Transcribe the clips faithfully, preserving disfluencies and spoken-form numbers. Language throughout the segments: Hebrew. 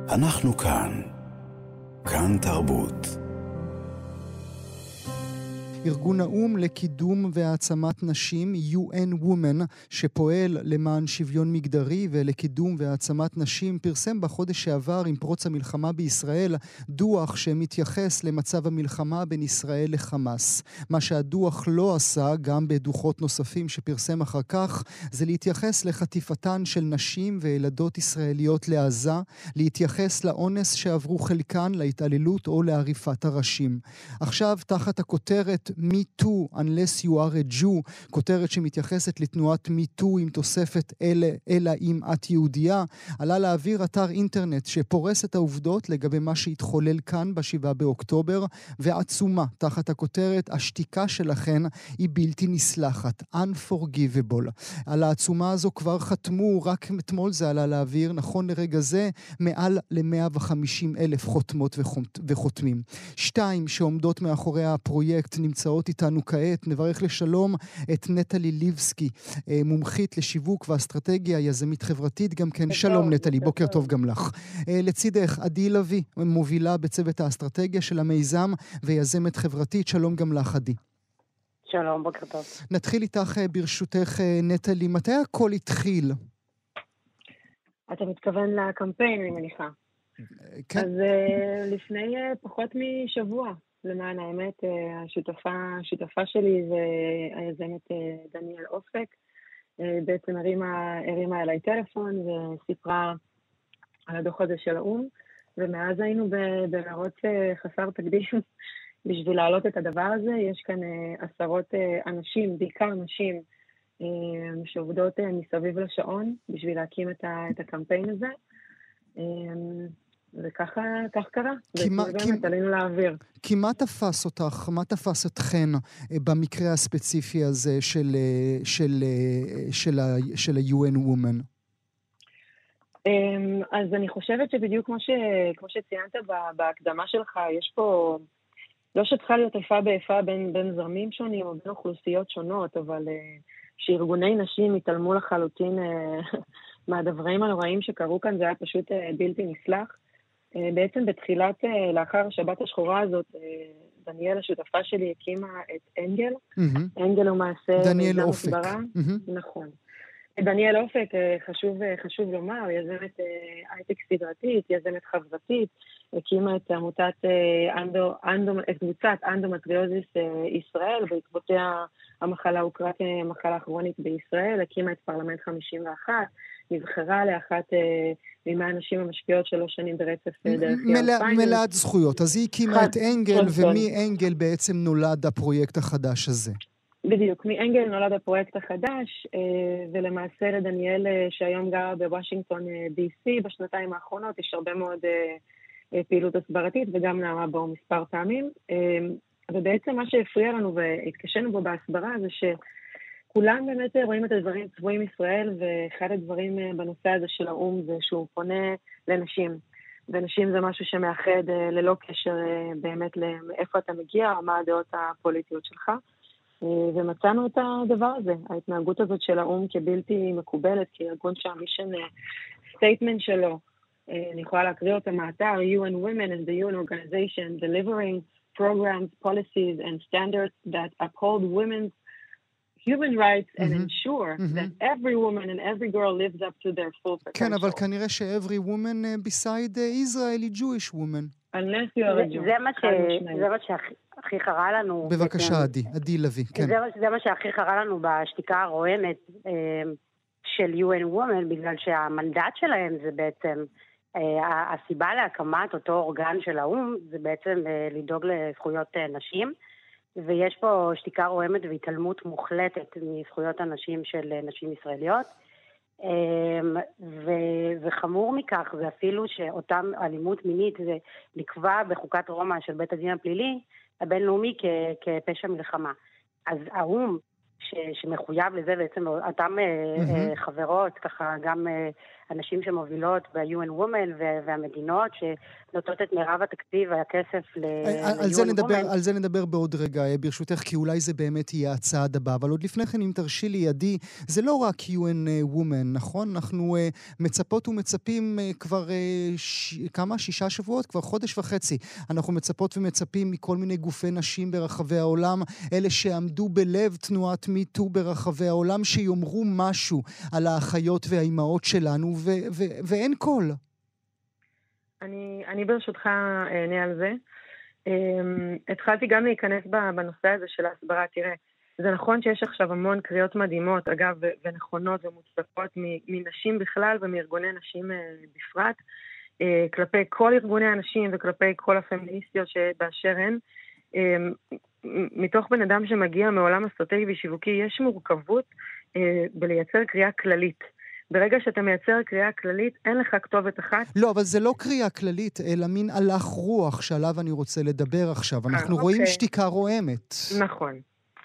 אנחנו כאן. כאן תרבות. ארגון האום לקידום והעצמת נשים, יו אן Women, שפועל למען שוויון מגדרי ולקידום והעצמת נשים, פרסם בחודש שעבר עם פרוץ המלחמה בישראל דוח שמתייחס למצב המלחמה בין ישראל לחמאס. מה שהדוח לא עשה, גם בדוחות נוספים שפרסם אחר כך, זה להתייחס לחטיפתן של נשים וילדות ישראליות לעזה, להתייחס לאונס שעברו חלקן, להתעללות או לעריפת הראשים. עכשיו, תחת הכותרת Me Too, Unless You Are a Jew, כותרת שמתייחסת לתנועת Me Too עם תוספת אלה, אלא אם את יהודייה, עלה להעביר אתר אינטרנט שפורס את העובדות לגבי מה שהתחולל כאן בשבעה באוקטובר, ועצומה תחת הכותרת השתיקה שלכן היא בלתי נסלחת, Unforgivable. על העצומה הזו כבר חתמו, רק אתמול זה עלה להעביר, נכון לרגע זה, מעל ל-מאה וחמישים אלף חותמות וחותמים. שתיים שעומדות מאחורי הפרויקט נמצאות איתנו כעת. נברך לשלום את נטלי ליבסקי, מומחית לשיווק ואסטרטגיה, יזמית חברתית גם כן. שלום נטלי, בוקר טוב גם לך. לצידך עדי לוי, מובילה בצוות האסטרטגיה של המיזם ויזמת חברתית. שלום גם לך עדי. שלום, בוקר טוב. נתחיל איתך ברשותך נטלי, מתי הכל התחיל? אתה מתכוון לקמפיין, אני מניחה. כן. אז לפני פחות משבוע, למען האמת, השותפה, השותפה שלי והיזמת דניאל אופק, בעצם הרימה, הרימה אליי טלפון וסיפרה על הדוח הזה של האום, ומאז היינו במרוץ חסר תקדים בשביל להעלות את הדבר הזה. יש כאן עשרות אנשים, בעיקר נשים, שעובדות מסביב לשעון בשביל להקים את הקמפיין הזה. וככה, כך קרה. ובאמת עלינו להעביר. כי מה תפס אותך, מה תפס אתכן במקרה הספציפי הזה של, של, של, של ה-יו אן Women? אז אני חושבת שבדיוק כמו, ש, כמו שציינת בהקדמה שלך, יש פה, לא שצריכה להיות איפה באיפה בין, בין זרמים שונים או בין אוכלוסיות שונות, אבל שארגוני נשים התעלמו לחלוטין מהדברים הנוראים שקרו כאן, זה היה פשוט בלתי נסלח. בעצם בתחילת, לאחר השבת השחורה הזאת, דניאל, השותפה שלי, הקימה את אנגל. אנגל הוא מעשה... דניאל אופק. נכון. דניאל אופק, חשוב, חשוב לומר, יזמת הייטק סדרתית, יזמת חברתית, הקימה את עמותת אנדו, אנדו, את קבוצת אנדומטריוזיס ישראל, בעקבותיה המחלה הוכרה כמחלה כרונית בישראל, הקימה את פרלמנט חמישים ואחת, נבחרה לאחת ממה הנשים המשפיעות שלוש שנים ברצף דרך יום מלאת זכויות. אז היא הקימה את אנגל, ומאנגל בעצם נולד הפרויקט החדש הזה. בדיוק, מאנגל נולד הפרויקט החדש, ולמעשה לדניאל שהיום גרה בוושינגטון די סי בשנתיים האחרונות, יש הרבה מאוד פעילות הסברתית, וגם נעמה בו מספר פעמים. ובעצם מה שהפריע לנו והתקשנו בו בהסברה זה ש... כולם באמת רואים את הדברים צבועים ישראל, ואחד הדברים בנושא הזה של האום זה שהוא פונה לנשים. ונשים זה משהו שמאחד ללא קשר באמת לאיפה אתה מגיע, או מה הדעות הפוליטיות שלך. ומצאנו את הדבר הזה, ההתנהגות הזאת של האום כבלתי מקובלת, כארגון שהמישן סטייטמנט שלו, אני יכולה להקריא אותה מהאתר, יו אן Women is the U N organization delivering programs, policies and standards that uphold women's human rights and ensure that every woman and every girl lives up to their full potential. כן, אבל כנראה ש-every woman beside Israel היא Jewish woman. Unless you are a Jew. זה מה שהכי חרה לנו. בבקשה, עדי, עדי לוי, כן. זה מה שהכי חרה לנו בשתיקה הרועמת של יו אן Women, בגלל שהמנדט שלהם זה בעצם, הסיבה להקמת אותו אורגן של האום, זה בעצם לדאוג לזכויות נשים, ויש פה שתיקה רועמת והתעלמות מוחלטת מזכויות הנשים של נשים ישראליות, וחמור מכך זה אפילו שאותם אלימות מינית זה נקבע בחוקת רומא של בית הדין הפלילי הבינלאומי כפשע מלחמה. אז האום שמחויב לזה בעצם אותם חברות, ככה גם הנשים שמובילות ב-יו אן Women והמדינות שנותנות את מירב התקציב והכסף ל-יו אן Women. על זה נדבר בעוד רגע, ברשותך, כי אולי זה באמת יהיה הצעד הבא. אבל עוד לפני כן, אם תרשי לי, עדי, זה לא רק יו אן Women, נכון? אנחנו מצפות ומצפים כבר כמה? שישה שבועות? כבר חודש וחצי. אנחנו מצפות ומצפים מכל מיני גופי נשים ברחבי העולם, אלה שעמדו בלב תנועת מיטו ברחבי העולם, שיאמרו משהו על האחיות והאימהות שלנו, ו- ו- ואין קול. אני, אני ברשותך אענה על זה. התחלתי גם להיכנס בנושא הזה של ההסברה. תראה, זה נכון שיש עכשיו המון קריאות מדהימות, אגב, ונכונות ומוצדקות מנשים בכלל ומארגוני נשים בפרט, כלפי כל ארגוני הנשים וכלפי כל הפמיניסטיות שבאשר הן. מתוך בן אדם שמגיע מעולם אסטרטגי ושיווקי, יש מורכבות בלייצר קריאה כללית. ברגע שאתה מייצר קריאה כללית, אין לך כתובת אחת. לא, אבל זה לא קריאה כללית, אלא מין הלך רוח שעליו אני רוצה לדבר עכשיו. אנחנו אה, רואים אוקיי. שתיקה רועמת. נכון.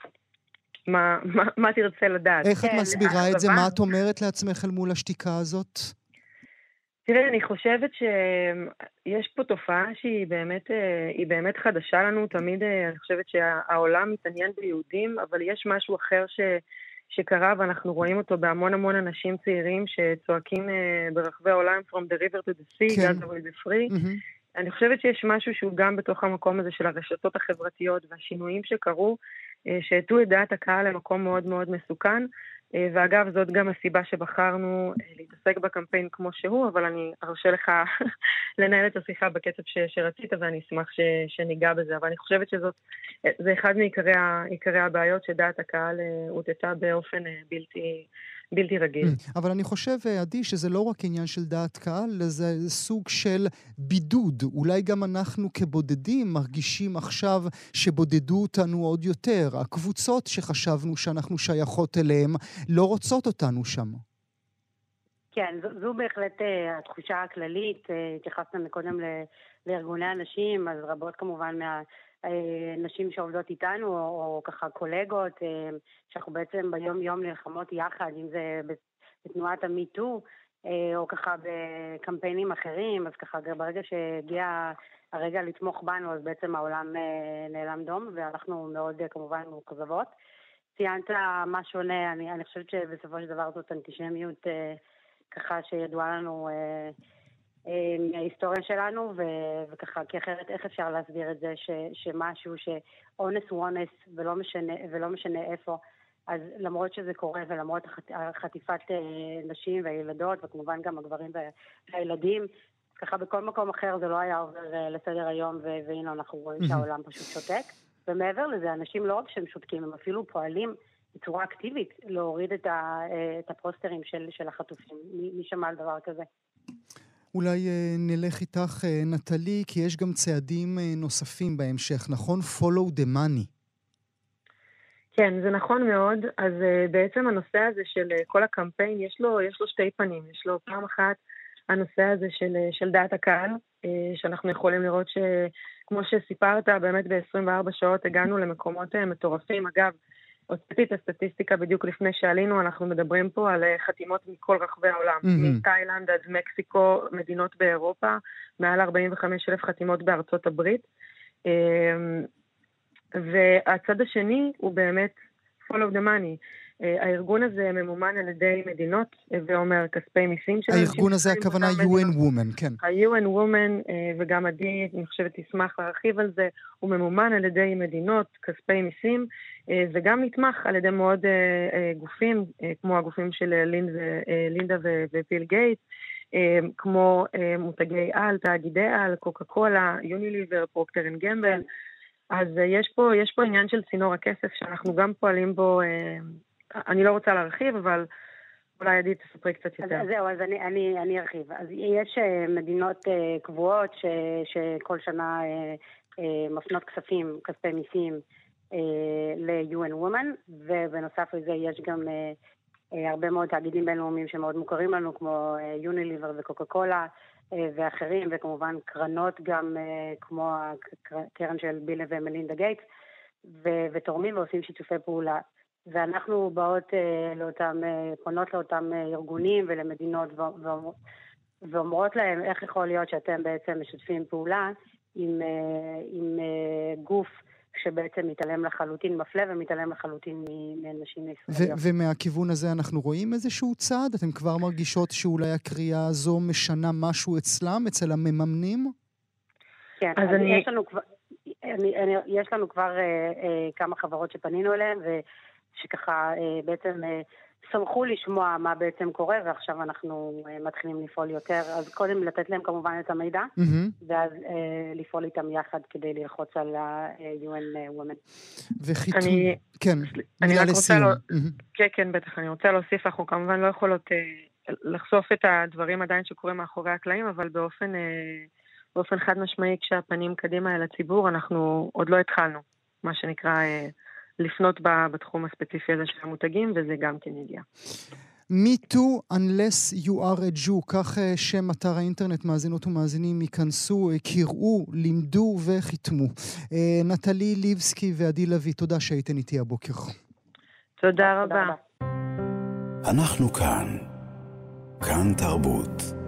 מה, מה, מה תרצה לדעת? איך את כן, מסבירה את זה? האכזבה? מה את אומרת לעצמך אל מול השתיקה הזאת? תראה, אני חושבת שיש פה תופעה שהיא באמת, היא באמת חדשה לנו. תמיד אני חושבת שהעולם מתעניין ביהודים, אבל יש משהו אחר ש... שקרה, ואנחנו רואים אותו בהמון המון אנשים צעירים שצועקים ברחבי העולם from the river to the sea, כן. God will be free. Mm-hmm. אני חושבת שיש משהו שהוא גם בתוך המקום הזה של הרשתות החברתיות והשינויים שקרו, שהטו את דעת הקהל למקום מאוד מאוד מסוכן, ואגב, זאת גם הסיבה שבחרנו להתעסק בקמפיין כמו שהוא, אבל אני ארשה לך לנהל את השיחה בקצב ש- שרצית, ואני אשמח ש- שניגע בזה. אבל אני חושבת שזאת, זה אחד מעיקרי הבעיות שדעת הקהל הוטטה באופן בלתי, בלתי רגיל. אבל אני חושב, עדי, שזה לא רק עניין של דעת קהל, זה סוג של בידוד. אולי גם אנחנו כבודדים מרגישים עכשיו שבודדו אותנו עוד יותר. הקבוצות שחשבנו שאנחנו שייכות אליהם לא רוצות אותנו שם. כן, זו, זו בהחלט uh, התחושה הכללית. Uh, התייחסנו קודם ל- לארגוני הנשים, אז רבות כמובן מהנשים שעובדות איתנו, או, או ככה קולגות, uh, שאנחנו בעצם ביום יום נלחמות יחד, אם זה בתנועת המיטו, uh, או ככה בקמפיינים אחרים, אז ככה ברגע שהגיע הרגע לתמוך בנו, אז בעצם העולם uh, נעלם דום, ואנחנו מאוד uh, כמובן מורכבות. ציינת מה שונה, אני, אני חושבת שבסופו של דבר זאת אנטישמיות uh, ככה שידוע לנו אה, אה, מההיסטוריה שלנו, ו- וככה, כי אחרת איך אפשר להסביר את זה ש- שמשהו שאונס הוא אונס ולא משנה, ולא משנה איפה, אז למרות שזה קורה ולמרות החט- החטיפת אה, נשים והילדות, וכמובן גם הגברים והילדים, ככה בכל מקום אחר זה לא היה עובר אה, לסדר היום, ו- והנה אנחנו רואים שהעולם פשוט שותק, ומעבר לזה, אנשים לא רק שהם שותקים, הם אפילו פועלים בצורה אקטיבית להוריד את, ה, את הפוסטרים של, של החטופים. מי, מי שמע על דבר כזה? אולי נלך איתך, נטלי, כי יש גם צעדים נוספים בהמשך, נכון? Follow the money. כן, זה נכון מאוד. אז בעצם הנושא הזה של כל הקמפיין, יש לו, יש לו שתי פנים. יש לו פעם אחת הנושא הזה של, של דעת הקהל, שאנחנו יכולים לראות שכמו שסיפרת, באמת ב-עשרים וארבע שעות הגענו למקומות מטורפים. אגב, הוצאתי את הסטטיסטיקה בדיוק לפני שעלינו, אנחנו מדברים פה על חתימות מכל רחבי העולם, mm-hmm. מתאילנד עד מקסיקו, מדינות באירופה, מעל ארבעים וחמישה אלף חתימות בארצות הברית. והצד השני הוא באמת follow the money. הארגון הזה ממומן על ידי מדינות, ואומר כספי מיסים של אנשים. הארגון הזה הכוונה יו אן Women, כן. ה-יו אן Women, וגם עדי, אני חושבת תשמח להרחיב על זה, הוא ממומן על ידי מדינות, כספי מיסים, וגם נתמך על ידי מאוד גופים, כמו הגופים של לינדה וביל גייט, כמו מותגי על, תאגידי על, קוקה קולה, יוניליבר, פרוקטר אנד גמבל. אז יש פה, יש פה עניין של צינור הכסף שאנחנו גם פועלים בו, אני לא רוצה להרחיב, אבל אולי עדי תספרי קצת יותר. אז זהו, אז אני, אני, אני ארחיב. אז יש מדינות קבועות ש, שכל שנה מפנות כספים, כספי מיסים ל-יו אן Women, ובנוסף לזה יש גם הרבה מאוד תאגידים בינלאומיים שמאוד מוכרים לנו, כמו יוניליבר וקוקה קולה ואחרים, וכמובן קרנות גם כמו הקרן של ביל ומלינדה גייטס, ותורמים ועושים שיתופי פעולה. ואנחנו באות לאותם, פונות לאותם ארגונים ולמדינות ואומרות להם איך יכול להיות שאתם בעצם משתפים פעולה עם, עם גוף שבעצם מתעלם לחלוטין, מפלה ומתעלם לחלוטין מנשים ישראליות. ו- ומהכיוון הזה אנחנו רואים איזשהו צעד? אתם כבר מרגישות שאולי הקריאה הזו משנה משהו אצלם, אצל המממנים? כן, אז, אז אני... יש לנו כבר, אני, אני, יש לנו כבר אה, אה, כמה חברות שפנינו אליהן, ושככה אה, בעצם אה, שמחו לשמוע מה בעצם קורה, ועכשיו אנחנו אה, מתחילים לפעול יותר. אז קודם לתת להם כמובן את המידע, mm-hmm. ואז אה, לפעול איתם יחד כדי ללחוץ על ה-יו אן Women. וחיתום, אני... כן, אני רק רוצה לא... mm-hmm. כן, כן, בטח, אני רוצה להוסיף, אנחנו כמובן לא יכולות אה, לחשוף את הדברים עדיין שקורים מאחורי הקלעים, אבל באופן... אה, באופן חד משמעי, כשהפנים קדימה אל הציבור, אנחנו עוד לא התחלנו, מה שנקרא לפנות בתחום הספציפי הזה של המותגים, וזה גם כן יגיע. Me too, unless you are a Jew, כך שם אתר האינטרנט, מאזינות ומאזינים ייכנסו, קראו, לימדו וחיתמו. נטלי ליבסקי ועדי לוי, תודה שהייתן איתי הבוקר. תודה רבה. אנחנו כאן, כאן תרבות.